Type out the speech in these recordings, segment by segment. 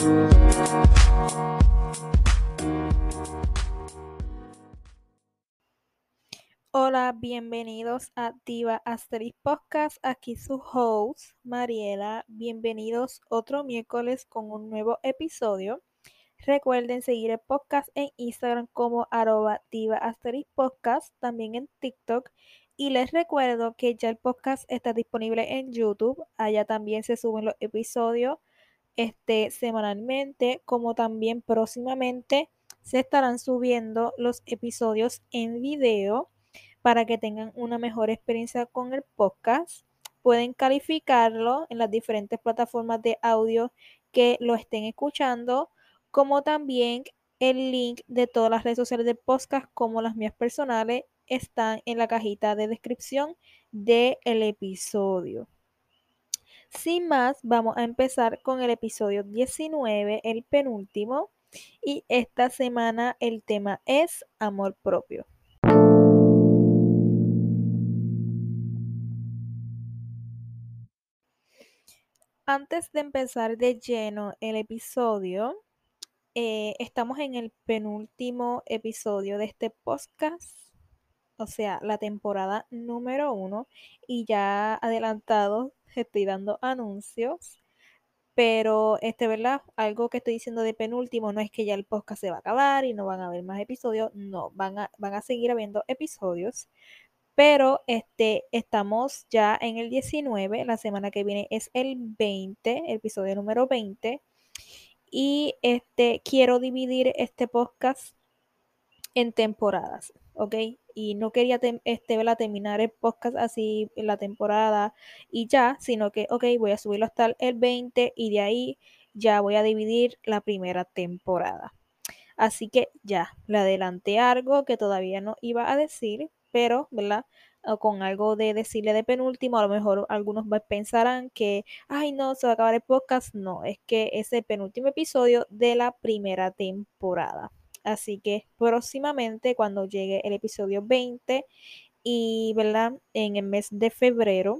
Hola, bienvenidos a Diva Asterix Podcast. Aquí su host, Mariela. Bienvenidos otro miércoles con un nuevo episodio. Recuerden seguir el podcast en Instagram como @Diva Asterix Podcast, también en TikTok. Y les recuerdo que ya el podcast está disponible en YouTube. Allá también se suben los episodios semanalmente, como también próximamente se estarán subiendo los episodios en video para que tengan una mejor experiencia con el podcast. Pueden calificarlo en las diferentes plataformas de audio que lo estén escuchando, como también el link de todas las redes sociales del podcast, como las mías personales, están en la cajita de descripción del episodio. Sin más, vamos a empezar con el episodio 19, el penúltimo, y esta semana el tema es amor propio. Antes de empezar de lleno el episodio, estamos en el penúltimo episodio de este podcast, o sea, la temporada número 1, y ya adelantado estoy dando anuncios, pero ¿verdad? Algo que estoy diciendo de penúltimo no es que ya el podcast se va a acabar y no van a haber más episodios, no, van a seguir habiendo episodios. Pero estamos ya en el 19, la semana que viene es el 20, el episodio número 20. Y quiero dividir este podcast en temporadas, ¿ok? Y no quería terminar el podcast así en la temporada y ya, sino que, ok, voy a subirlo hasta el 20 y de ahí ya voy a dividir la primera temporada. Así que ya, le adelanté algo que todavía no iba a decir, pero, ¿verdad? Con algo de decirle de penúltimo, a lo mejor algunos pensarán que, ay, no, se va a acabar el podcast. No, es que es el penúltimo episodio de la primera temporada. Así que próximamente, cuando llegue el episodio 20 y, ¿verdad? En el mes de febrero,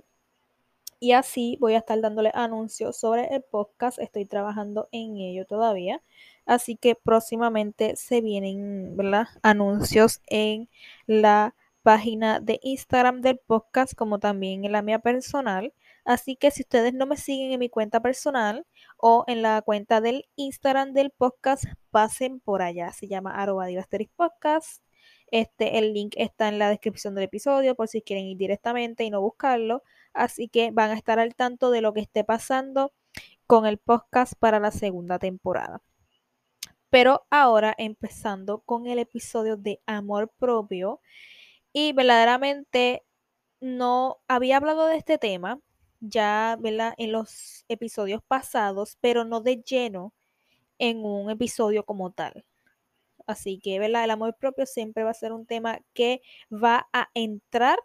y así voy a estar dándole anuncios sobre el podcast. Estoy trabajando en ello todavía. Así que próximamente se vienen, ¿verdad? Anuncios en la página de Instagram del podcast, como también en la mía personal. Así que si ustedes no me siguen en mi cuenta personal o en la cuenta del Instagram del podcast, pasen por allá. Se llama @podcast. El link está en la descripción del episodio por si quieren ir directamente y no buscarlo. Así que van a estar al tanto de lo que esté pasando con el podcast para la segunda temporada. Pero ahora empezando con el episodio de amor propio, y verdaderamente no había hablado de este tema ya, ¿verdad? En los episodios pasados, pero no de lleno en un episodio como tal. Así que, ¿verdad? El amor propio siempre va a ser un tema que va a entrar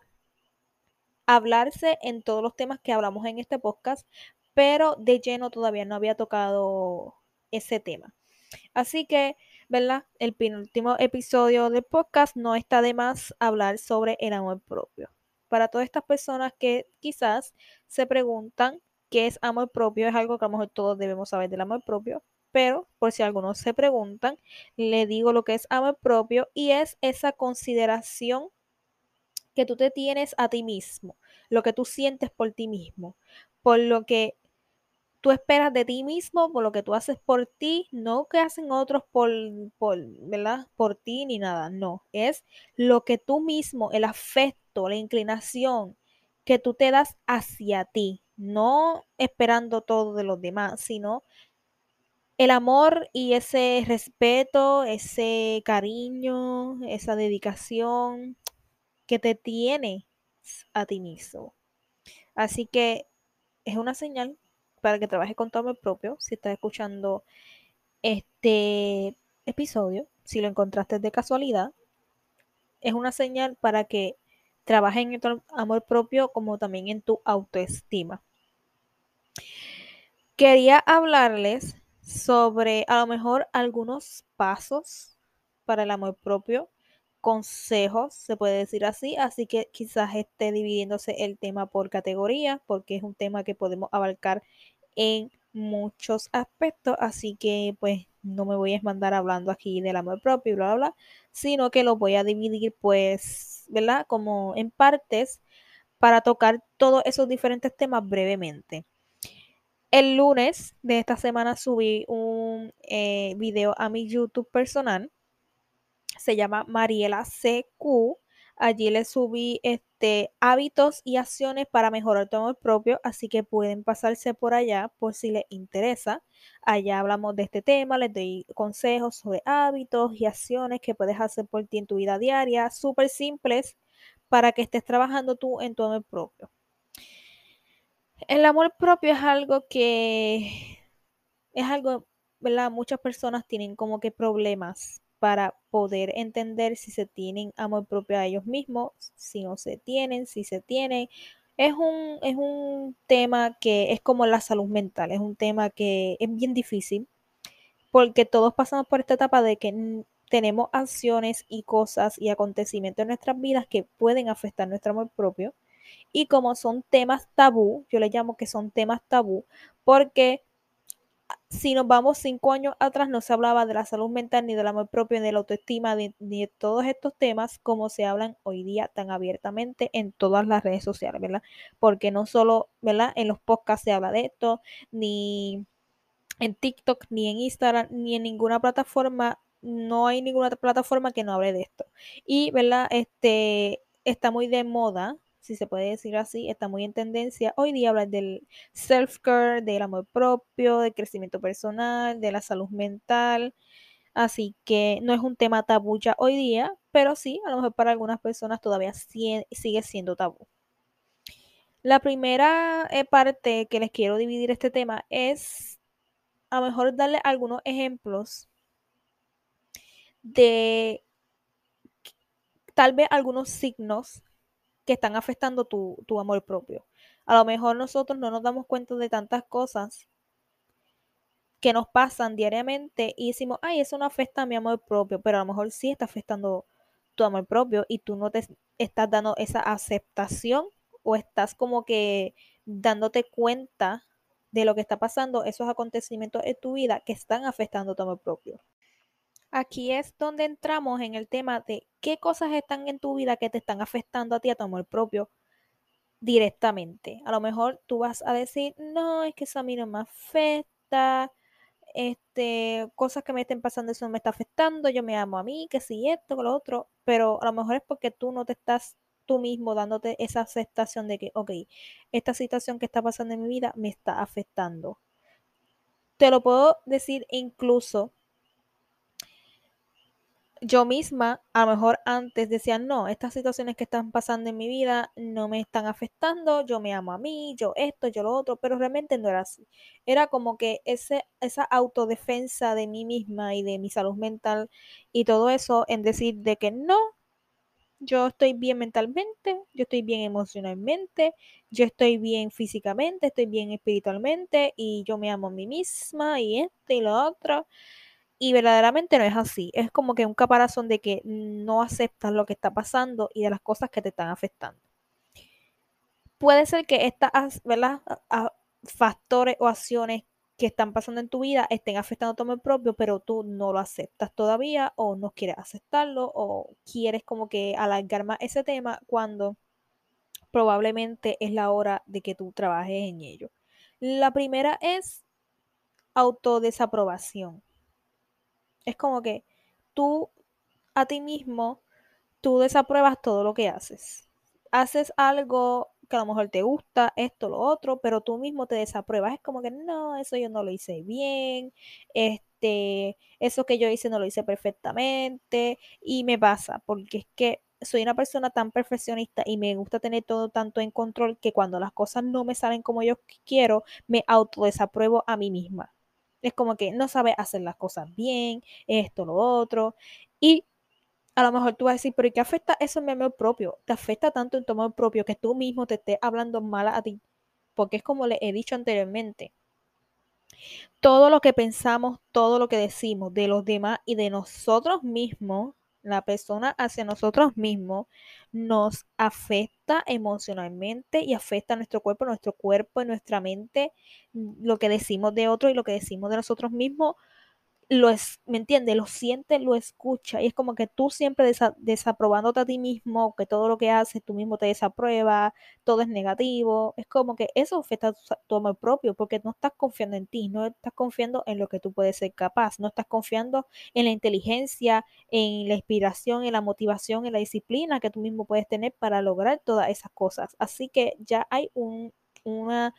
hablarse en todos los temas que hablamos en este podcast, pero de lleno todavía no había tocado ese tema. Así que, ¿verdad? El penúltimo episodio del podcast no está de más hablar sobre el amor propio. Para todas estas personas que quizás se preguntan qué es amor propio, es algo que a lo mejor todos debemos saber del amor propio, pero por si algunos se preguntan, le digo lo que es amor propio y es esa consideración que tú te tienes a ti mismo, lo que tú sientes por ti mismo, por lo que tú esperas de ti mismo, por lo que tú haces por ti, no que hacen otros ¿verdad? Por ti ni nada, no, es lo que tú mismo, el afecto, la inclinación que tú te das hacia ti, no esperando todo de los demás, sino el amor y ese respeto, ese cariño, esa dedicación que te tienes a ti mismo. Así que es una señal para que trabajes con tu amor propio. Si estás escuchando este episodio, si lo encontraste de casualidad, es una señal para que trabajes en tu amor propio como también en tu autoestima. Quería hablarles sobre a lo mejor algunos pasos para el amor propio, consejos, se puede decir así que quizás esté dividiéndose el tema por categorías, porque es un tema que podemos abarcar en muchos aspectos, así que pues no me voy a mandar hablando aquí del amor propio y bla, bla, bla, sino que lo voy a dividir pues, ¿verdad? Como en partes para tocar todos esos diferentes temas brevemente. El lunes de esta semana subí un video a mi YouTube personal, se llama Mariela CQ. Allí le subí hábitos y acciones para mejorar tu amor propio, así que pueden pasarse por allá por si les interesa. Allá hablamos de este tema, les doy consejos sobre hábitos y acciones que puedes hacer por ti en tu vida diaria, súper simples para que estés trabajando tú en tu amor propio. El amor propio es algo, ¿verdad? Muchas personas tienen como que problemas para poder entender si se tienen amor propio a ellos mismos, si no se tienen, si se tienen. Es un tema que es como la salud mental, es un tema que es bien difícil porque todos pasamos por esta etapa de que tenemos acciones y cosas y acontecimientos en nuestras vidas que pueden afectar nuestro amor propio. Y como son temas tabú, yo le llamo que son temas tabú, porque si nos vamos 5 años atrás, no se hablaba de la salud mental, ni del amor propio, ni de la autoestima, ni de todos estos temas como se hablan hoy día tan abiertamente en todas las redes sociales, ¿verdad? Porque no solo, ¿verdad? En los podcasts se habla de esto, ni en TikTok, ni en Instagram, ni en ninguna plataforma, no hay ninguna plataforma que no hable de esto. Y, ¿verdad? Está muy de moda, si se puede decir así, está muy en tendencia hoy día hablar del self-care, del amor propio, del crecimiento personal, de la salud mental. Así que no es un tema tabú ya hoy día, pero sí, a lo mejor para algunas personas todavía sigue siendo tabú. La primera parte que les quiero dividir este tema es a lo mejor darle algunos ejemplos de tal vez algunos signos que están afectando tu amor propio. A lo mejor nosotros no nos damos cuenta de tantas cosas que nos pasan diariamente y decimos, ay, eso no afecta a mi amor propio, pero a lo mejor sí está afectando tu amor propio y tú no te estás dando esa aceptación o estás como que dándote cuenta de lo que está pasando, esos acontecimientos en tu vida que están afectando tu amor propio. Aquí es donde entramos en el tema de qué cosas están en tu vida que te están afectando a ti, a tu amor propio, directamente. A lo mejor tú vas a decir, no, es que eso a mí no me afecta, cosas que me estén pasando, eso no me está afectando, yo me amo a mí, que sí, esto, que lo otro, pero a lo mejor es porque tú no te estás tú mismo dándote esa aceptación de que, ok, esta situación que está pasando en mi vida me está afectando. Te lo puedo decir incluso yo misma, a lo mejor antes decía, no, estas situaciones que están pasando en mi vida no me están afectando, yo me amo a mí, yo esto, yo lo otro, pero realmente no era así. Era como que esa autodefensa de mí misma y de mi salud mental y todo eso en decir de que no, yo estoy bien mentalmente, yo estoy bien emocionalmente, yo estoy bien físicamente, estoy bien espiritualmente y yo me amo a mí misma y esto y lo otro. Y verdaderamente no es así. Es como que un caparazón de que no aceptas lo que está pasando y de las cosas que te están afectando. Puede ser que estas, ¿verdad? Factores o acciones que están pasando en tu vida estén afectando tu amor propio, pero tú no lo aceptas todavía o no quieres aceptarlo o quieres como que alargar más ese tema cuando probablemente es la hora de que tú trabajes en ello. La primera es autodesaprobación. Es como que tú a ti mismo tú desapruebas todo lo que haces. Haces algo que a lo mejor te gusta, esto, lo otro, pero tú mismo te desapruebas. Es como que no, eso yo no lo hice bien, eso que yo hice no lo hice perfectamente y me pasa porque es que soy una persona tan perfeccionista y me gusta tener todo tanto en control que cuando las cosas no me salen como yo quiero, me autodesapruebo a mí misma. Es como que no sabes hacer las cosas bien, esto, lo otro. Y a lo mejor tú vas a decir, pero ¿y qué afecta eso en mi amor propio? Te afecta tanto en tu amor propio que tú mismo te estés hablando mal a ti. Porque es como le he dicho anteriormente, todo lo que pensamos, todo lo que decimos de los demás y de nosotros mismos, la persona hacia nosotros mismos, nos afecta emocionalmente y afecta a nuestro cuerpo y nuestra mente, lo que decimos de otro y lo que decimos de nosotros mismos ¿me entiendes? Lo siente, lo escucha y es como que tú siempre desaprobándote a ti mismo, que todo lo que haces tú mismo te desaprueba, todo es negativo, es como que eso afecta a tu amor propio porque no estás confiando en ti, no estás confiando en lo que tú puedes ser capaz, no estás confiando en la inteligencia, en la inspiración, en la motivación, en la disciplina que tú mismo puedes tener para lograr todas esas cosas. Así que ya hay una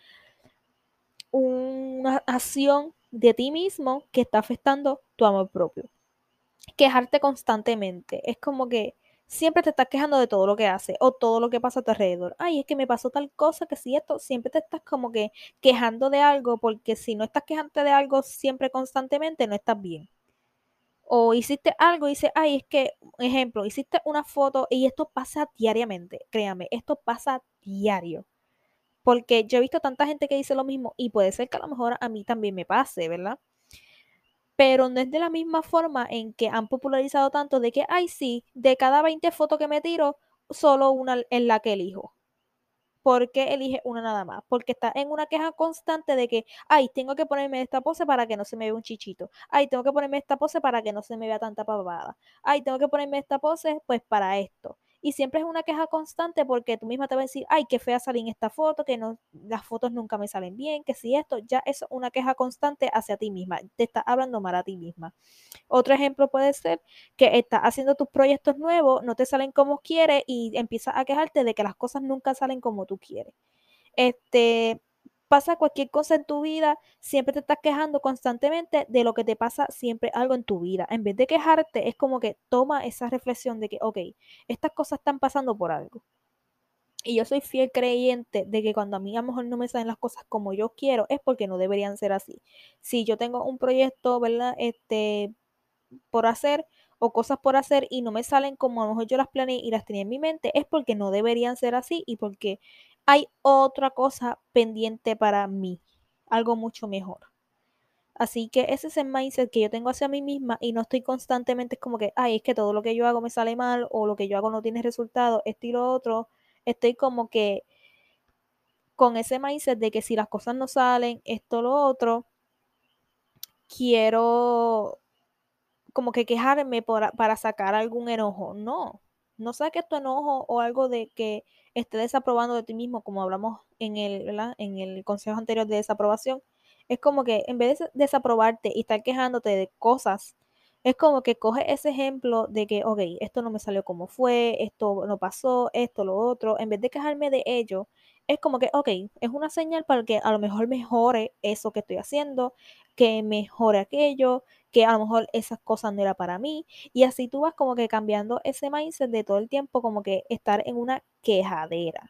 una acción de ti mismo que está afectando tu amor propio. Quejarte constantemente es como que siempre te estás quejando de todo lo que haces o todo lo que pasa a tu alrededor. Ay, es que me pasó tal cosa, que si esto, siempre te estás como que quejando de algo, porque si no estás quejándote de algo siempre constantemente, no estás bien. O hiciste algo y dices, ay, es que, ejemplo, hiciste una foto y esto pasa diariamente, créame, esto pasa diario. Porque yo he visto tanta gente que dice lo mismo y puede ser que a lo mejor a mí también me pase, ¿verdad? Pero no es de la misma forma en que han popularizado tanto de que, ay, sí, de cada 20 fotos que me tiro, solo una es la que elijo. ¿Por qué elige una nada más? Porque está en una queja constante de que, ay, tengo que ponerme esta pose para que no se me vea un chichito. Ay, tengo que ponerme esta pose para que no se me vea tanta pavada. Ay, tengo que ponerme esta pose, pues para esto. Y siempre es una queja constante porque tú misma te vas a decir, ay, qué fea salí en esta foto, que no, las fotos nunca me salen bien, que si esto, ya eso es una queja constante hacia ti misma. Te está hablando mal a ti misma. Otro ejemplo puede ser que estás haciendo tus proyectos nuevos, no te salen como quieres y empiezas a quejarte de que las cosas nunca salen como tú quieres. Este, pasa cualquier cosa en tu vida, siempre te estás quejando constantemente de lo que te pasa siempre algo en tu vida. En vez de quejarte, es como que toma esa reflexión de que, ok, estas cosas están pasando por algo. Y yo soy fiel creyente de que cuando a mí a lo mejor no me salen las cosas como yo quiero, es porque no deberían ser así. Si yo tengo un proyecto, ¿verdad? Por hacer o cosas por hacer y no me salen como a lo mejor yo las planeé y las tenía en mi mente, es porque no deberían ser así y porque hay otra cosa pendiente para mí, algo mucho mejor. Así que ese es el mindset que yo tengo hacia mí misma y no estoy constantemente es como que, ay, es que todo lo que yo hago me sale mal o lo que yo hago no tiene resultado, esto y lo otro. Estoy como que con ese mindset de que si las cosas no salen, esto, lo otro, quiero como que quejarme para sacar algún enojo. No, no saques tu enojo o algo de que esté desaprobando de ti mismo, como hablamos en el, ¿verdad? En el consejo anterior de desaprobación. Es como que en vez de desaprobarte y estar quejándote de cosas, es como que coge ese ejemplo de que, ok, esto no me salió como fue, esto no pasó, esto, lo otro. En vez de quejarme de ello, es como que, ok, es una señal para que a lo mejor mejore eso que estoy haciendo, que mejore aquello, que a lo mejor esas cosas no era para mí. Y así tú vas como que cambiando ese mindset de todo el tiempo, como que estar en una quejadera.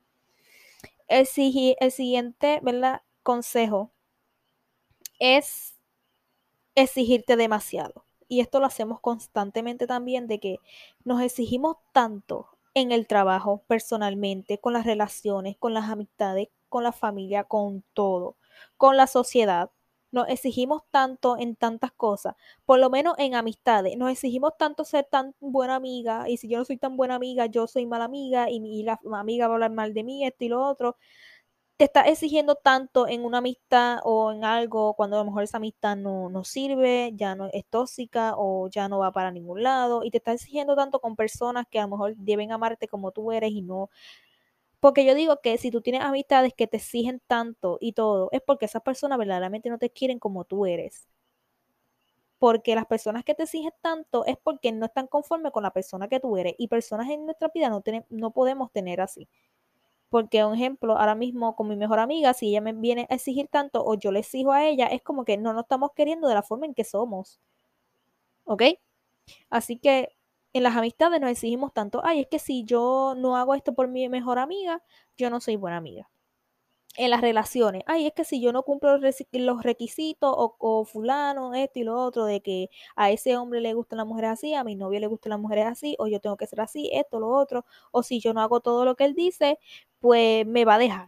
El siguiente, ¿verdad? Consejo es exigirte demasiado. Y esto lo hacemos constantemente también de que nos exigimos tanto en el trabajo, personalmente, con las relaciones, con las amistades, con la familia, con todo, con la sociedad. Nos exigimos tanto en tantas cosas, por lo menos en amistades, nos exigimos tanto ser tan buena amiga y si yo no soy tan buena amiga, yo soy mala amiga y la amiga va a hablar mal de mí, esto y lo otro te estás exigiendo tanto en una amistad o en algo cuando a lo mejor esa amistad no sirve, ya no es tóxica o ya no va para ningún lado y te estás exigiendo tanto con personas que a lo mejor deben amarte como tú eres y no. Porque yo digo que si tú tienes amistades que te exigen tanto y todo, es porque esas personas verdaderamente no te quieren como tú eres. Porque las personas que te exigen tanto es porque no están conformes con la persona que tú eres y personas en nuestra vida no podemos tener así. Porque, un ejemplo, ahora mismo con mi mejor amiga, si ella me viene a exigir tanto o yo le exijo a ella, es como que no nos estamos queriendo de la forma en que somos, ¿ok? Así que en las amistades nos exigimos tanto, ay, es que si yo no hago esto por mi mejor amiga, yo no soy buena amiga. En las relaciones, ay, es que si yo no cumplo los requisitos o fulano, esto y lo otro, de que a ese hombre le gustan las mujeres así, a mi novio le gustan las mujeres así, o yo tengo que ser así, esto, lo otro, o si yo no hago todo lo que él dice, pues me va a dejar.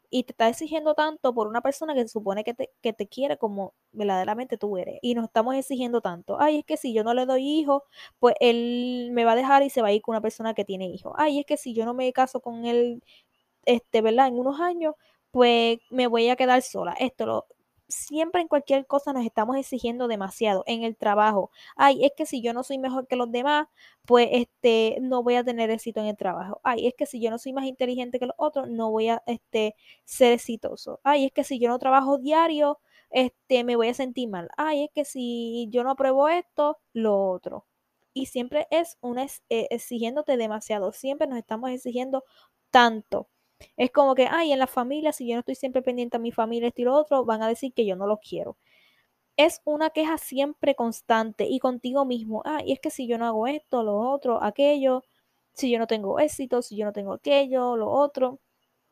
y te estás exigiendo tanto por una persona que se supone que te quiere como verdaderamente tú eres. Y nos estamos exigiendo tanto. Ay, es que si yo no le doy hijos, pues él me va a dejar y se va a ir con una persona que tiene hijos. Ay, es que si yo no me caso con él, ¿verdad? En unos años, pues me voy a quedar sola. Siempre en cualquier cosa nos estamos exigiendo demasiado. En el trabajo, ay, es que si yo no soy mejor que los demás, pues no voy a tener éxito en el trabajo. Ay, es que si yo no soy más inteligente que los otros, no voy a ser exitoso. Ay, es que si yo no trabajo diario, me voy a sentir mal. Ay, es que si yo no apruebo esto, lo otro. Y siempre es exigiéndote demasiado. Siempre nos estamos exigiendo tanto. Es como que, ay, en la familia, si yo no estoy siempre pendiente a mi familia, esto y lo otro, van a decir que yo no los quiero. Es una queja siempre constante y contigo mismo. Ay, es que si yo no hago esto, lo otro, aquello, si yo no tengo éxito, si yo no tengo aquello, lo otro,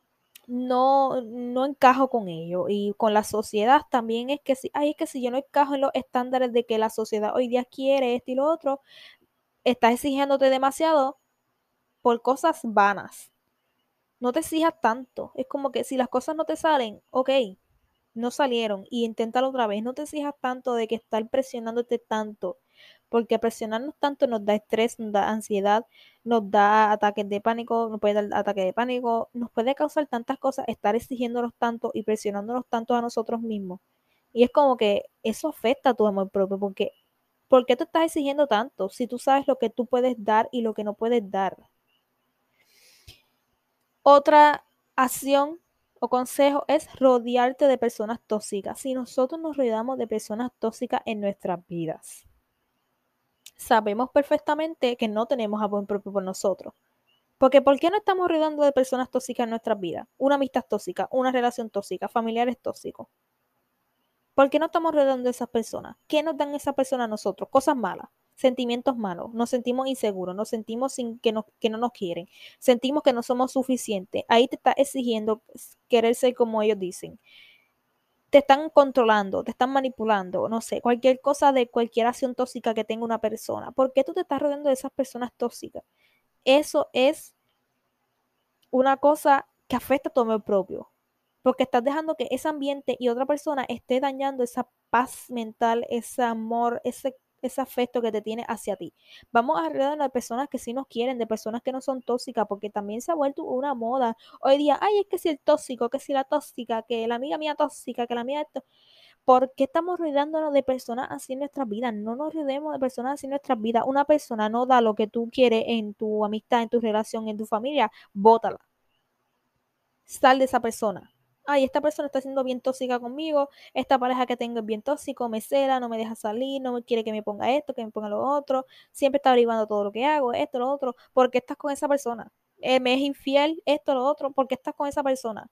no encajo con ello. Y con la sociedad también es que si, ay, es que si yo no encajo en los estándares de que la sociedad hoy día quiere esto y lo otro, estás exigiéndote demasiado por cosas vanas. No te exijas tanto. Es como que si las cosas no te salen, ok, no salieron y inténtalo otra vez. No te exijas tanto de que estar presionándote tanto, porque presionarnos tanto nos da estrés, nos da ansiedad, nos da ataques de pánico, nos puede dar ataque de pánico, nos puede causar tantas cosas estar exigiéndonos tanto y presionándonos tanto a nosotros mismos. Y es como que eso afecta a tu amor propio, porque ¿por qué te estás exigiendo tanto si tú sabes lo que tú puedes dar y lo que no puedes dar? Otra acción o consejo es rodearte de personas tóxicas. Si nosotros nos rodeamos de personas tóxicas en nuestras vidas, sabemos perfectamente que no tenemos amor propio por nosotros. Porque ¿por qué no estamos rodeando de personas tóxicas en nuestras vidas? Una amistad tóxica, una relación tóxica, familiares tóxicos. ¿Por qué no estamos rodeando de esas personas? ¿Qué nos dan esas personas a nosotros? Cosas malas, sentimientos malos, nos sentimos inseguros, nos sentimos sin que no nos quieren, sentimos que no somos suficientes. Ahí te está exigiendo querer ser como ellos dicen. Te están controlando, te están manipulando, no sé, cualquier cosa de cualquier acción tóxica que tenga una persona. ¿Por qué tú te estás rodeando de esas personas tóxicas? Eso es una cosa que afecta a tu amor propio, porque estás dejando que ese ambiente y otra persona esté dañando esa paz mental, ese amor, ese afecto que te tiene hacia ti. Vamos a rodearnos de personas que sí nos quieren, de personas que no son tóxicas, porque también se ha vuelto una moda. Hoy día, ay, es que si el tóxico, que si la tóxica, que la amiga mía tóxica, que la mía esto. ¿Por qué estamos rodeándonos de personas así en nuestras vidas? No nos rodeemos de personas así en nuestras vidas. Una persona no da lo que tú quieres en tu amistad, en tu relación, en tu familia, bótala, sal de esa persona. Ay, esta persona está siendo bien tóxica conmigo, esta pareja que tengo es bien tóxico, me cela, no me deja salir, no me quiere que me ponga esto, que me ponga lo otro, siempre está averiguando todo lo que hago, esto, lo otro, ¿por qué estás con esa persona? Me es infiel, esto, lo otro, ¿por qué estás con esa persona?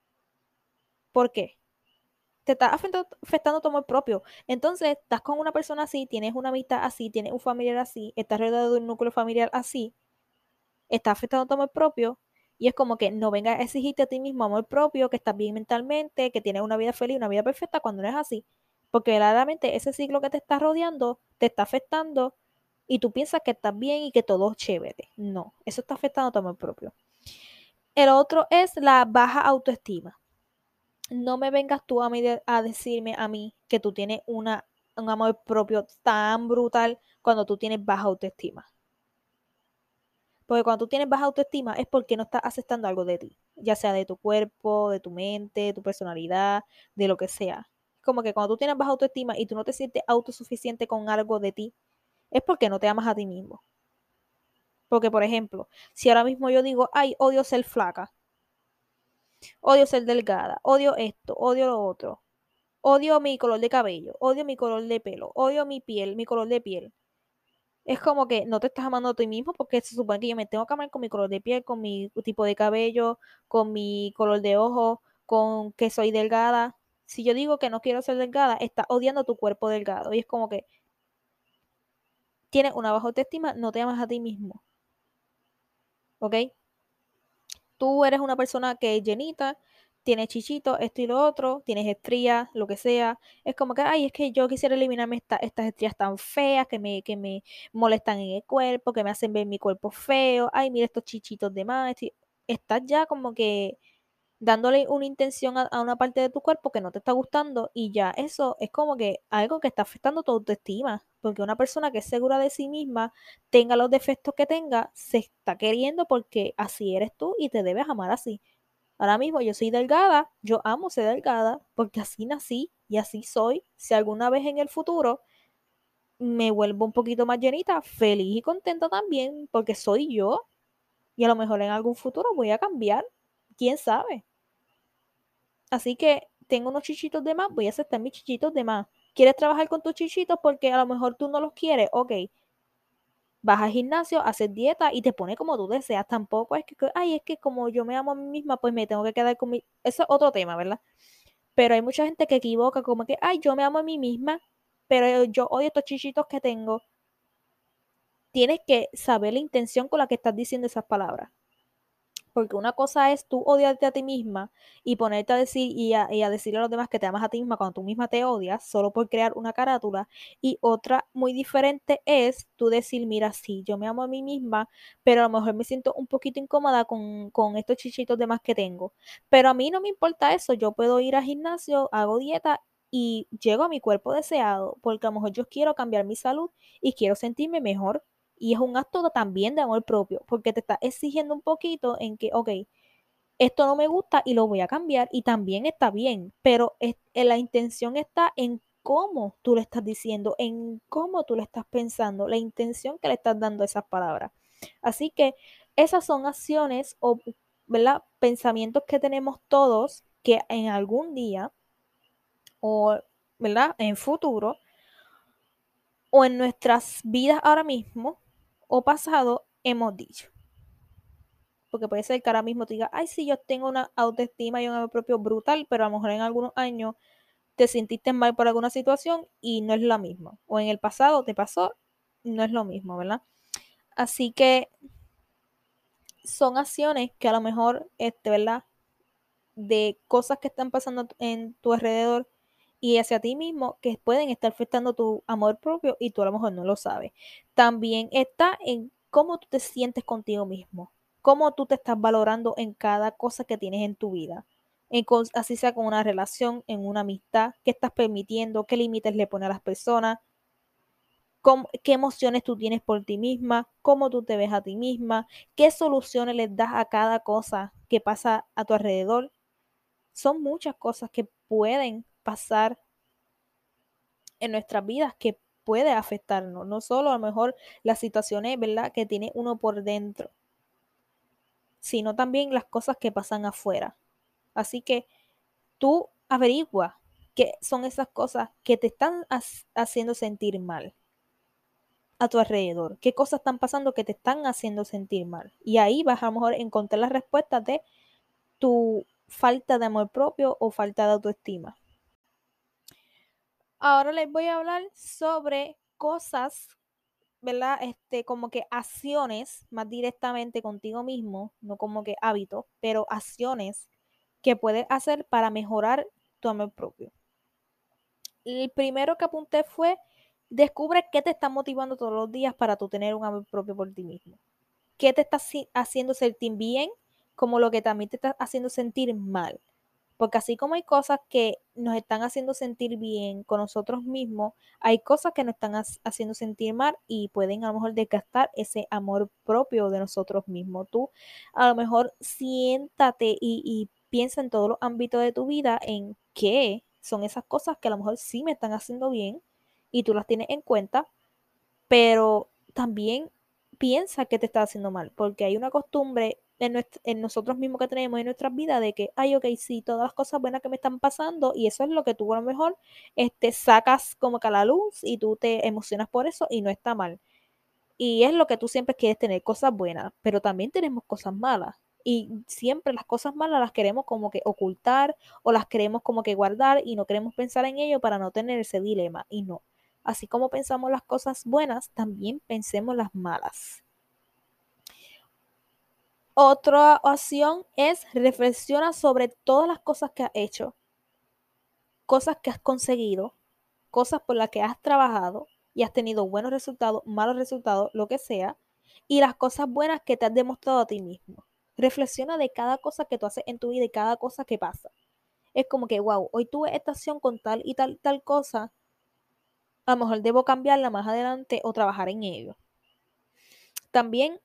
¿Por qué? Te está afectando tu amor propio. Entonces, estás con una persona así, tienes una amistad así, tienes un familiar así, estás rodeado de un núcleo familiar así, está afectando tu amor propio y es como que no vengas a exigirte a ti mismo amor propio, que estás bien mentalmente, que tienes una vida feliz, una vida perfecta cuando no es así. Porque verdaderamente ese ciclo que te está rodeando te está afectando y tú piensas que estás bien y que todo es chévere. No, eso está afectando tu amor propio. El otro es la baja autoestima. No me vengas tú a decirme a mí que tú tienes un amor propio tan brutal cuando tú tienes baja autoestima. Porque cuando tú tienes baja autoestima es porque no estás aceptando algo de ti, ya sea de tu cuerpo, de tu mente, de tu personalidad, de lo que sea. Como que cuando tú tienes baja autoestima y tú no te sientes autosuficiente con algo de ti, es porque no te amas a ti mismo. Porque, por ejemplo, si ahora mismo yo digo, ay, odio ser flaca, odio ser delgada, odio esto, odio lo otro, odio mi color de cabello, odio mi color de pelo, odio mi piel, mi color de piel. Es como que no te estás amando a ti mismo porque se supone que yo me tengo que amar con mi color de piel, con mi tipo de cabello, con mi color de ojo, con que soy delgada. Si yo digo que no quiero ser delgada, estás odiando tu cuerpo delgado. Y es como que tienes una baja autoestima, no te amas a ti mismo. ¿Ok? Tú eres una persona que es llenita, tienes chichito, esto y lo otro, tienes estrías, lo que sea. Es como que, ay, es que yo quisiera eliminarme estas estrías tan feas que me molestan en el cuerpo, que me hacen ver mi cuerpo feo. Ay, mira estos chichitos de más. Estás ya como que dándole una intención a una parte de tu cuerpo que no te está gustando y ya eso es como que algo que está afectando tu autoestima, porque una persona que es segura de sí misma, tenga los defectos que tenga, se está queriendo porque así eres tú y te debes amar así. Ahora mismo yo soy delgada, yo amo ser delgada porque así nací y así soy. Si alguna vez en el futuro me vuelvo un poquito más llenita, feliz y contenta también porque soy yo y a lo mejor en algún futuro voy a cambiar, quién sabe. Así que tengo unos chichitos de más, voy a aceptar mis chichitos de más. ¿Quieres trabajar con tus chichitos porque a lo mejor tú no los quieres? Ok, vas al gimnasio, haces dieta y te pone como tú deseas. Tampoco es que, ay, es que como yo me amo a mí misma, pues me tengo que quedar con mi... Eso es otro tema, ¿verdad? Pero hay mucha gente que equivoca como que, ay, yo me amo a mí misma, pero yo odio estos chichitos que tengo. Tienes que saber la intención con la que estás diciendo esas palabras. Porque una cosa es tú odiarte a ti misma y ponerte a decir y a decirle a los demás que te amas a ti misma cuando tú misma te odias solo por crear una carátula. Y otra muy diferente es tú decir, mira, sí, yo me amo a mí misma, pero a lo mejor me siento un poquito incómoda con estos chichitos de más que tengo. Pero a mí no me importa eso, yo puedo ir al gimnasio, hago dieta y llego a mi cuerpo deseado, porque a lo mejor yo quiero cambiar mi salud y quiero sentirme mejor. Y es un acto también de amor propio, porque te está exigiendo un poquito en que, ok, esto no me gusta y lo voy a cambiar y también está bien, pero la intención está en cómo tú le estás diciendo, en cómo tú le estás pensando, la intención que le estás dando a esas palabras. Así que esas son acciones o, ¿verdad? Pensamientos que tenemos todos que en algún día o, ¿verdad? En futuro o en nuestras vidas ahora mismo o pasado hemos dicho. Porque puede ser que ahora mismo te diga, ay, sí, yo tengo una autoestima y un amor propio brutal, pero a lo mejor en algunos años te sentiste mal por alguna situación y no es la misma. O en el pasado te pasó, no es lo mismo, ¿verdad? Así que son acciones que a lo mejor, ¿verdad? De cosas que están pasando en tu alrededor y hacia ti mismo que pueden estar afectando tu amor propio y tú a lo mejor no lo sabes. También está en cómo tú te sientes contigo mismo, cómo tú te estás valorando en cada cosa que tienes en tu vida. Así sea con una relación, en una amistad, qué estás permitiendo, qué límites le pones a las personas, qué emociones tú tienes por ti misma, cómo tú te ves a ti misma, qué soluciones les das a cada cosa que pasa a tu alrededor. Son muchas cosas que pueden pasar en nuestras vidas que puede afectarnos, no solo a lo mejor las situaciones, ¿verdad?, que tiene uno por dentro, sino también las cosas que pasan afuera. Así que tú averigua qué son esas cosas que te están haciendo sentir mal a tu alrededor, qué cosas están pasando que te están haciendo sentir mal. Y ahí vas a lo mejor encontrar las respuestas de tu falta de amor propio o falta de autoestima. Ahora les voy a hablar sobre cosas, ¿verdad? Como que acciones más directamente contigo mismo, no como que hábitos, pero acciones que puedes hacer para mejorar tu amor propio. El primero que apunté fue, descubre qué te está motivando todos los días para tú tener un amor propio por ti mismo. ¿Qué te está haciendo sentir bien? Como lo que también te está haciendo sentir mal. Porque así como hay cosas que nos están haciendo sentir bien con nosotros mismos, hay cosas que nos están haciendo sentir mal y pueden a lo mejor desgastar ese amor propio de nosotros mismos. Tú a lo mejor siéntate y piensa en todos los ámbitos de tu vida en qué son esas cosas que a lo mejor sí me están haciendo bien y tú las tienes en cuenta, pero también piensa que te está haciendo mal, porque hay una costumbre en nosotros mismos que tenemos en nuestras vidas de que, ay, ok, sí, todas las cosas buenas que me están pasando y eso es lo que tú a lo mejor sacas como que a la luz y tú te emocionas por eso y no está mal. Y es lo que tú siempre quieres tener, cosas buenas, pero también tenemos cosas malas. Y siempre las cosas malas las queremos como que ocultar o las queremos como que guardar y no queremos pensar en ello para no tener ese dilema. Y no. Así como pensamos las cosas buenas, también pensemos las malas. Otra opción es reflexiona sobre todas las cosas que has hecho, cosas que has conseguido, cosas por las que has trabajado y has tenido buenos resultados, malos resultados, lo que sea, y las cosas buenas que te has demostrado a ti mismo. Reflexiona de cada cosa que tú haces en tu vida y cada cosa que pasa. Es como que, wow, hoy tuve esta acción con tal y tal cosa, a lo mejor debo cambiarla más adelante o trabajar en ello. También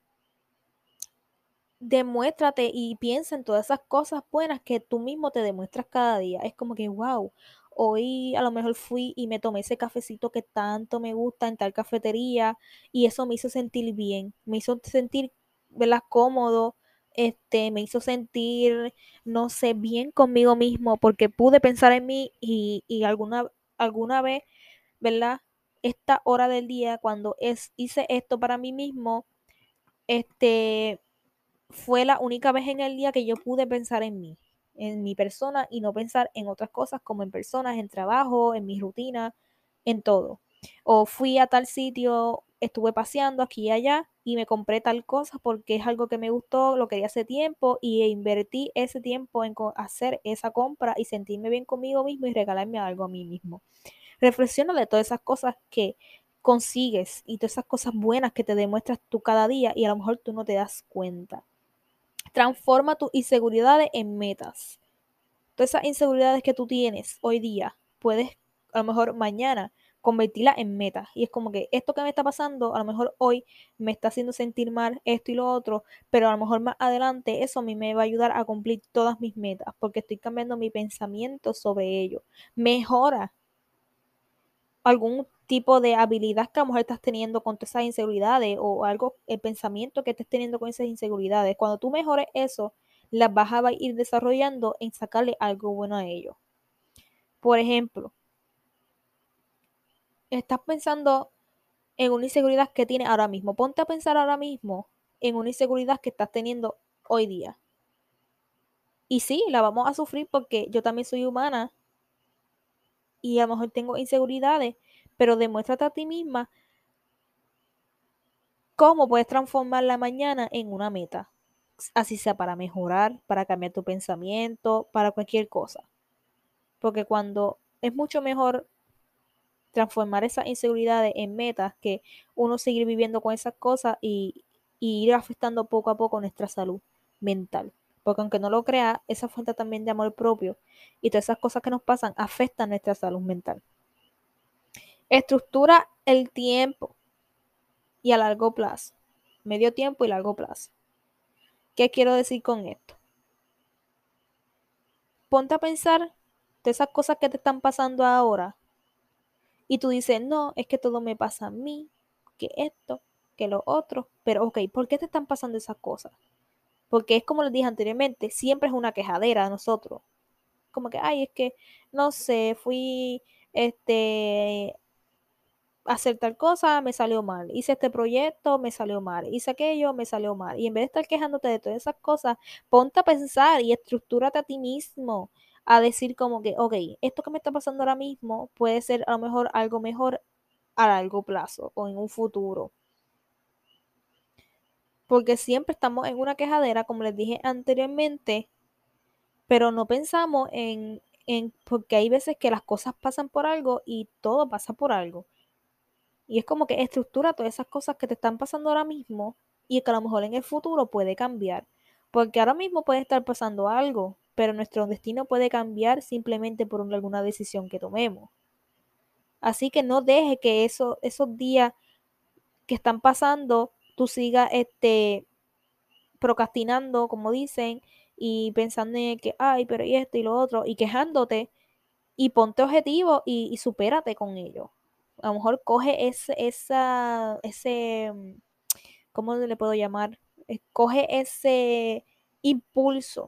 demuéstrate y piensa en todas esas cosas buenas que tú mismo te demuestras cada día. Es como que, wow, hoy a lo mejor fui y me tomé ese cafecito que tanto me gusta en tal cafetería y eso me hizo sentir bien, me hizo sentir, ¿verdad? Cómodo, me hizo sentir, no sé, bien conmigo mismo porque pude pensar en mí y alguna vez, ¿verdad? Esta hora del día cuando hice esto para mí mismo, este, fue la única vez en el día que yo pude pensar en mi persona y no pensar en otras cosas como en personas, en trabajo, en mi rutina, en todo. O fui a tal sitio, estuve paseando aquí y allá y me compré tal cosa porque es algo que me gustó, lo quería hace tiempo y invertí ese tiempo en hacer esa compra y sentirme bien conmigo mismo y regalarme algo a mí mismo. Reflexiona de todas esas cosas que consigues y todas esas cosas buenas que te demuestras tú cada día y a lo mejor tú no te das cuenta. Transforma tus inseguridades en metas. Todas esas inseguridades que tú tienes hoy día, puedes a lo mejor mañana convertirlas en metas. Y es como que esto que me está pasando, a lo mejor hoy me está haciendo sentir mal esto y lo otro, pero a lo mejor más adelante eso a mí me va a ayudar a cumplir todas mis metas, porque estoy cambiando mi pensamiento sobre ello. Mejora algún tipo de habilidad que a lo mejor estás teniendo con todas esas inseguridades o algo, el pensamiento que estés teniendo con esas inseguridades. Cuando tú mejores eso, las vas a ir desarrollando en sacarle algo bueno a ello. Por ejemplo, estás pensando en una inseguridad que tienes ahora mismo. Ponte a pensar ahora mismo en una inseguridad que estás teniendo hoy día. Y sí, la vamos a sufrir porque yo también soy humana y a lo mejor tengo inseguridades, pero demuéstrate a ti misma cómo puedes transformar la mañana en una meta, así sea para mejorar, para cambiar tu pensamiento, para cualquier cosa. Porque cuando es mucho mejor transformar esas inseguridades en metas que uno seguir viviendo con esas cosas y ir afectando poco a poco nuestra salud mental. Porque aunque no lo crea, esa falta también de amor propio y todas esas cosas que nos pasan afectan nuestra salud mental. Estructura el tiempo y a largo plazo. Medio tiempo y largo plazo. ¿Qué quiero decir con esto? Ponte a pensar de esas cosas que te están pasando ahora y tú dices, no, es que todo me pasa a mí, que esto, que lo otro, pero ok, ¿por qué te están pasando esas cosas? Porque es como les dije anteriormente, siempre es una quejadera de nosotros. Como que, ay, es que, no sé, fui, este, hacer tal cosa, me salió mal. Hice este proyecto, me salió mal. Hice aquello, me salió mal. Y en vez de estar quejándote de todas esas cosas, ponte a pensar y estructúrate a ti mismo a decir como que, ok, esto que me está pasando ahora mismo puede ser a lo mejor algo mejor a largo plazo o en un futuro. Porque siempre estamos en una quejadera, como les dije anteriormente, pero no pensamos porque hay veces que las cosas pasan por algo y todo pasa por algo. Y es como que estructura todas esas cosas que te están pasando ahora mismo y que a lo mejor en el futuro puede cambiar. Porque ahora mismo puede estar pasando algo, pero nuestro destino puede cambiar simplemente por alguna decisión que tomemos. Así que no deje que esos días que están pasando, tú sigas procrastinando, como dicen, y pensando en que, ay, pero y esto y lo otro, y quejándote, y ponte objetivo y supérate con ello. A lo mejor coge ¿cómo le puedo llamar? Coge ese impulso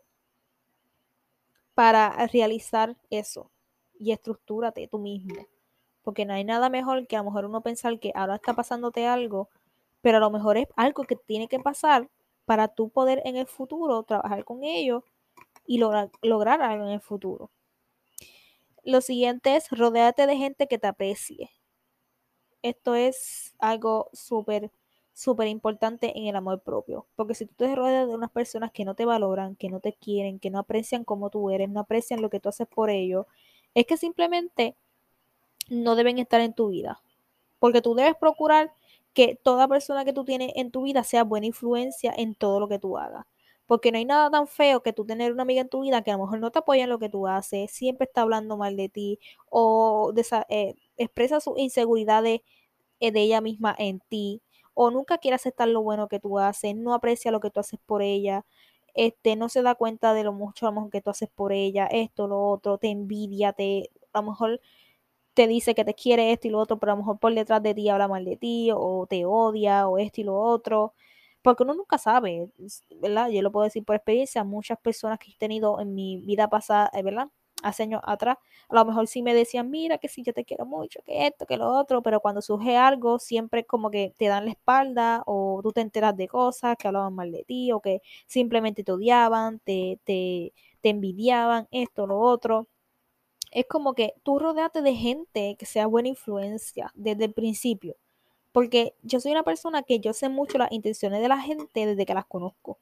para realizar eso y estructúrate tú mismo. Porque no hay nada mejor que a lo mejor uno pensar que ahora está pasándote algo, pero a lo mejor es algo que tiene que pasar para tú poder en el futuro trabajar con ello y lograr algo en el futuro. Lo siguiente es rodearte de gente que te aprecie. Esto es algo súper importante en el amor propio. Porque si tú te rodeas de unas personas que no te valoran, que no te quieren, que no aprecian como tú eres, no aprecian lo que tú haces por ellos, es que simplemente no deben estar en tu vida. Porque tú debes procurar que toda persona que tú tienes en tu vida sea buena influencia en todo lo que tú hagas. Porque no hay nada tan feo que tú tener una amiga en tu vida que a lo mejor no te apoya en lo que tú haces, siempre está hablando mal de ti o expresa sus inseguridades de ella misma en ti, o nunca quiere aceptar lo bueno que tú haces, no aprecia lo que tú haces por ella, no se da cuenta de lo mucho a lo mejor que tú haces por ella, esto, lo otro, te envidia, a lo mejor te dice que te quiere esto y lo otro, pero a lo mejor por detrás de ti habla mal de ti, o te odia, o esto y lo otro, porque uno nunca sabe, ¿verdad? Yo lo puedo decir por experiencia, muchas personas que he tenido en mi vida pasada, ¿verdad? Hace años atrás, a lo mejor sí me decían, mira, que sí, yo te quiero mucho, que esto, que lo otro, pero cuando surge algo, siempre como que te dan la espalda, o tú te enteras de cosas que hablaban mal de ti, o que simplemente te odiaban, te envidiaban, esto, lo otro. Es como que tú rodeate de gente que sea buena influencia desde el principio. Porque yo soy una persona que yo sé mucho las intenciones de la gente desde que las conozco.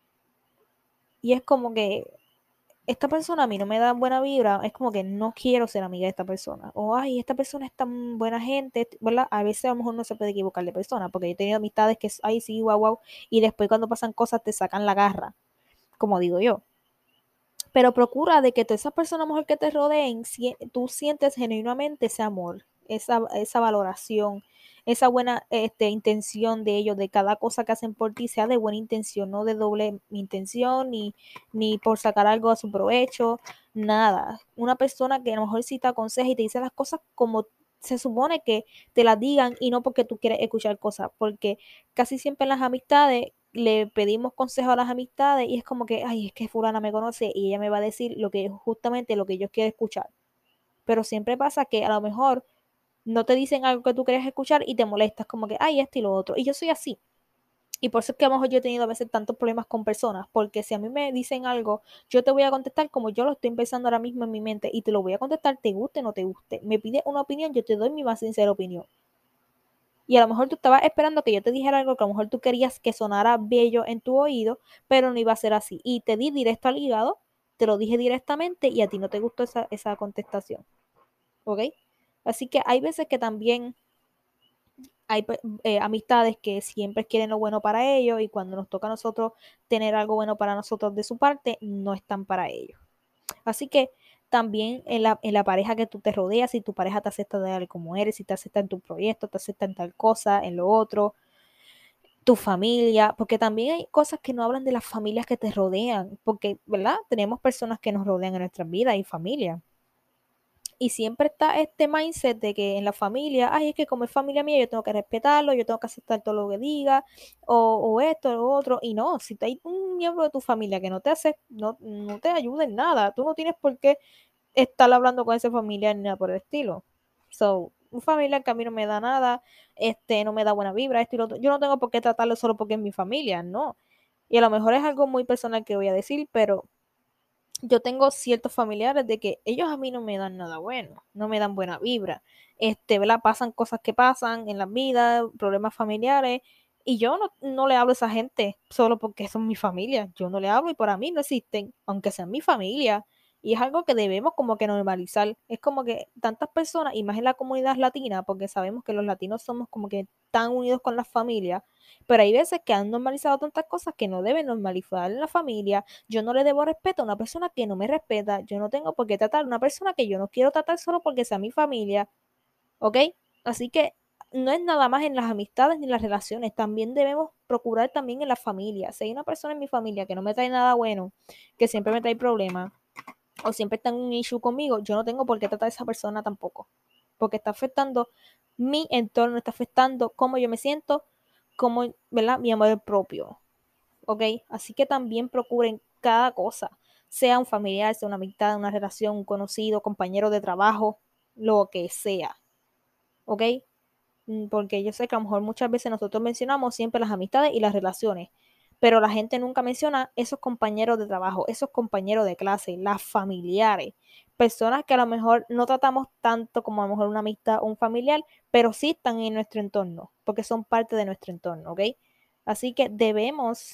Y es como que esta persona a mí no me da buena vibra, es como que no quiero ser amiga de esta persona. O, ay, esta persona es tan buena gente, ¿verdad? A veces a lo mejor no se puede equivocar de persona, porque yo he tenido amistades que, ay, sí, guau, guau, y después cuando pasan cosas te sacan la garra, como digo yo. Pero procura de que todas esas personas mujer que te rodeen, tú sientes genuinamente ese amor, esa valoración, esa buena intención de ellos, de cada cosa que hacen por ti, sea de buena intención, no de doble intención, ni por sacar algo a su provecho, nada. Una persona que a lo mejor sí te aconseja y te dice las cosas como se supone que te las digan y no porque tú quieres escuchar cosas, porque casi siempre en las amistades le pedimos consejo a las amistades y es como que, ay, es que fulana me conoce y ella me va a decir lo que justamente lo que yo quiero escuchar. Pero siempre pasa que a lo mejor no te dicen algo que tú quieres escuchar y te molestas, como que, ay, esto y lo otro. Y yo soy así. Y por eso es que a lo mejor yo he tenido a veces tantos problemas con personas, porque si a mí me dicen algo, yo te voy a contestar como yo lo estoy pensando ahora mismo en mi mente y te lo voy a contestar, te guste o no te guste. Me pide una opinión, yo te doy mi más sincera opinión. Y a lo mejor tú estabas esperando que yo te dijera algo que a lo mejor tú querías que sonara bello en tu oído, pero no iba a ser así. Y te di directo al hígado, te lo dije directamente y a ti no te gustó esa contestación. ¿Ok? Así que hay veces que también hay amistades que siempre quieren lo bueno para ellos y cuando nos toca a nosotros tener algo bueno para nosotros de su parte, no están para ellos. Así que también en la pareja que tú te rodeas, si tu pareja te acepta de algo como eres, si te acepta en tu proyecto, te acepta en tal cosa, en lo otro, tu familia, porque también hay cosas que no hablan de las familias que te rodean, porque, ¿verdad? Tenemos personas que nos rodean en nuestras vidas y familia. Y siempre está este mindset de que en la familia, ay, es que como es familia mía, yo tengo que respetarlo, yo tengo que aceptar todo lo que diga, o esto, lo otro. Y no, si hay un miembro de tu familia que no te hace, no te ayuda en nada, tú no tienes por qué estar hablando con esa familia ni nada por el estilo. So, un familiar que a mí no me da nada, no me da buena vibra, esto y lo otro. Yo no tengo por qué tratarlo solo porque es mi familia, no. Y a lo mejor es algo muy personal que voy a decir, pero yo tengo ciertos familiares de que ellos a mí no me dan nada bueno, no me dan buena vibra. ¿Verdad? Pasan cosas que pasan en la vida, problemas familiares, y yo no le hablo a esa gente solo porque son mi familia. Yo no le hablo y para mí no existen, aunque sean mi familia. Y es algo que debemos como que normalizar. Es como que tantas personas, y más en la comunidad latina, porque sabemos que los latinos somos como que tan unidos con las familias, pero hay veces que han normalizado tantas cosas que no deben normalizar en la familia. Yo no le debo respeto a una persona que no me respeta. Yo no tengo por qué tratar a una persona que yo no quiero tratar solo porque sea mi familia. ¿Ok? Así que no es nada más en las amistades ni en las relaciones. También debemos procurar también en la familia. Si hay una persona en mi familia que no me trae nada bueno, que siempre me trae problemas, o siempre está en un issue conmigo, yo no tengo por qué tratar a esa persona tampoco. Porque está afectando mi entorno, está afectando cómo yo me siento, cómo, ¿verdad? Mi amor propio. ¿Ok? Así que también procuren cada cosa, sea un familiar, sea una amistad, una relación, un conocido, compañero de trabajo, lo que sea, ¿ok? Porque yo sé que a lo mejor muchas veces nosotros mencionamos siempre las amistades y las relaciones, pero la gente nunca menciona esos compañeros de trabajo, esos compañeros de clase, las familiares, personas que a lo mejor no tratamos tanto como a lo mejor una amistad o un familiar, pero sí están en nuestro entorno, porque son parte de nuestro entorno, ¿ok? Así que debemos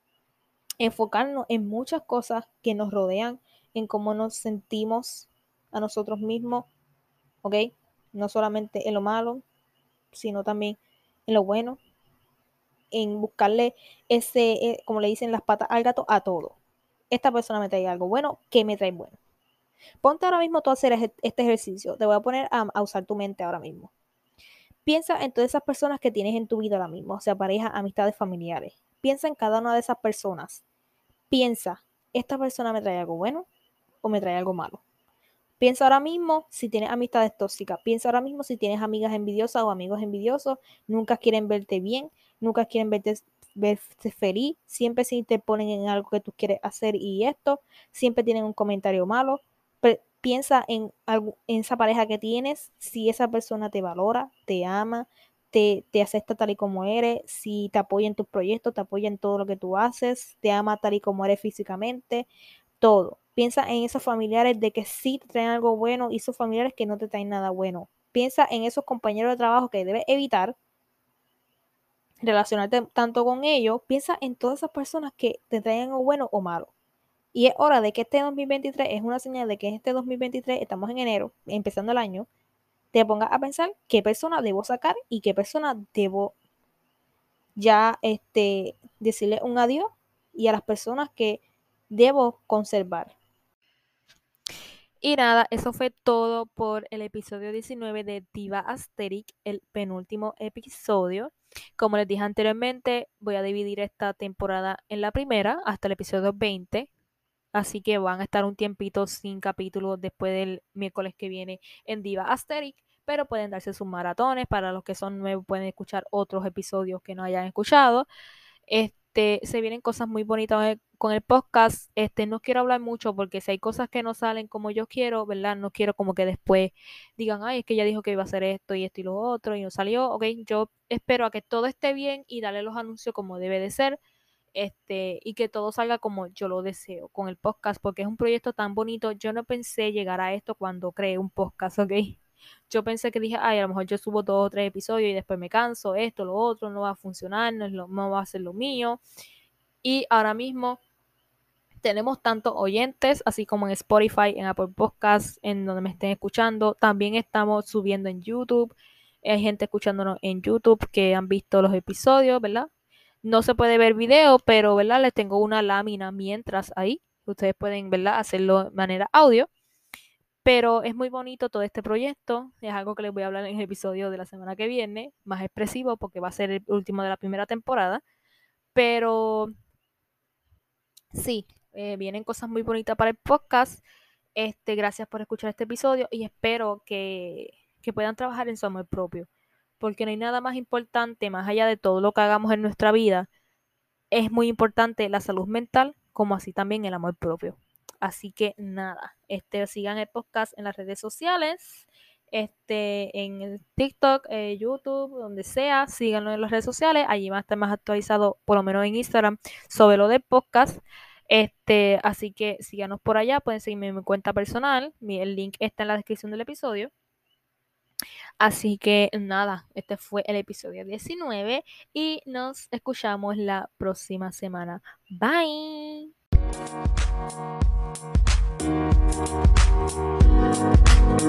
enfocarnos en muchas cosas que nos rodean, en cómo nos sentimos a nosotros mismos, ¿ok? No solamente en lo malo, sino también en lo bueno. en buscarle ese, como le dicen, las patas al gato a todo. Esta persona me trae algo bueno, ¿qué me trae bueno? Ponte ahora mismo tú a hacer este ejercicio. Te voy a poner a usar tu mente ahora mismo. Piensa en todas esas personas que tienes en tu vida ahora mismo, o sea, parejas, amistades, familiares. Piensa en cada una de esas personas. Piensa, ¿esta persona me trae algo bueno o me trae algo malo? Piensa ahora mismo si tienes amistades tóxicas. Piensa ahora mismo si tienes amigas envidiosas o amigos envidiosos. Nunca quieren verte bien, nunca quieren verte feliz. Siempre se interponen en algo que tú quieres hacer y esto. Siempre tienen un comentario malo. Piensa en esa pareja que tienes, si esa persona te valora, te ama, te acepta tal y como eres, si te apoya en tus proyectos, te apoya en todo lo que tú haces, te ama tal y como eres físicamente, todo. Piensa en esos familiares de que sí te traen algo bueno y esos familiares que no te traen nada bueno. Piensa en esos compañeros de trabajo que debes evitar relacionarte tanto con ellos. Piensa en todas esas personas que te traen algo bueno o malo. Y es hora de que este 2023 es una señal de que este 2023, estamos en enero, empezando el año, te pongas a pensar qué persona debo sacar y qué persona debo ya decirle un adiós y a las personas que debo conservar. Y nada, eso fue todo por el episodio 19 de Diva Asterix, el penúltimo episodio. Como les dije anteriormente, voy a dividir esta temporada en la primera hasta el episodio 20. Así que van a estar un tiempito sin capítulos después del miércoles que viene en Diva Asterix. Pero pueden darse sus maratones. Para los que son nuevos, pueden escuchar otros episodios que no hayan escuchado. Se vienen cosas muy bonitas con el podcast. No quiero hablar mucho porque si hay cosas que no salen como yo quiero, ¿verdad? No quiero como que después digan, ay, es que ella dijo que iba a hacer esto y lo otro y no salió. Ok, yo espero a que todo esté bien y darle los anuncios como debe de ser. Y que todo salga como yo lo deseo con el podcast, porque es un proyecto tan bonito. Yo no pensé llegar a esto cuando creé un podcast, ¿ok? Yo pensé que dije, ay, a lo mejor yo subo 2 o 3 episodios y después me canso, esto, lo otro, no va a funcionar, no va a ser lo mío. Y ahora mismo tenemos tantos oyentes, así como en Spotify, en Apple Podcasts, en donde me estén escuchando. También estamos subiendo en YouTube. Hay gente escuchándonos en YouTube que han visto los episodios, ¿verdad? No se puede ver video, pero, ¿verdad? Les tengo una lámina mientras ahí. Ustedes pueden, ¿verdad? Hacerlo de manera audio. Pero es muy bonito todo este proyecto. Es algo que les voy a hablar en el episodio de la semana que viene, más expresivo, porque va a ser el último de la primera temporada. Pero sí, vienen cosas muy bonitas para el podcast. Gracias por escuchar este episodio y espero que puedan trabajar en su amor propio. Porque no hay nada más importante, más allá de todo lo que hagamos en nuestra vida, es muy importante la salud mental, como así también el amor propio. Así que nada, sigan el podcast en las redes sociales, en el TikTok, YouTube, donde sea, síganlo en las redes sociales, allí va a estar más actualizado, por lo menos en Instagram, sobre lo del podcast. Así que síganos por allá, pueden seguirme en mi cuenta personal, el link está en la descripción del episodio. Así que nada, este fue el episodio 19 y nos escuchamos la próxima semana. Bye.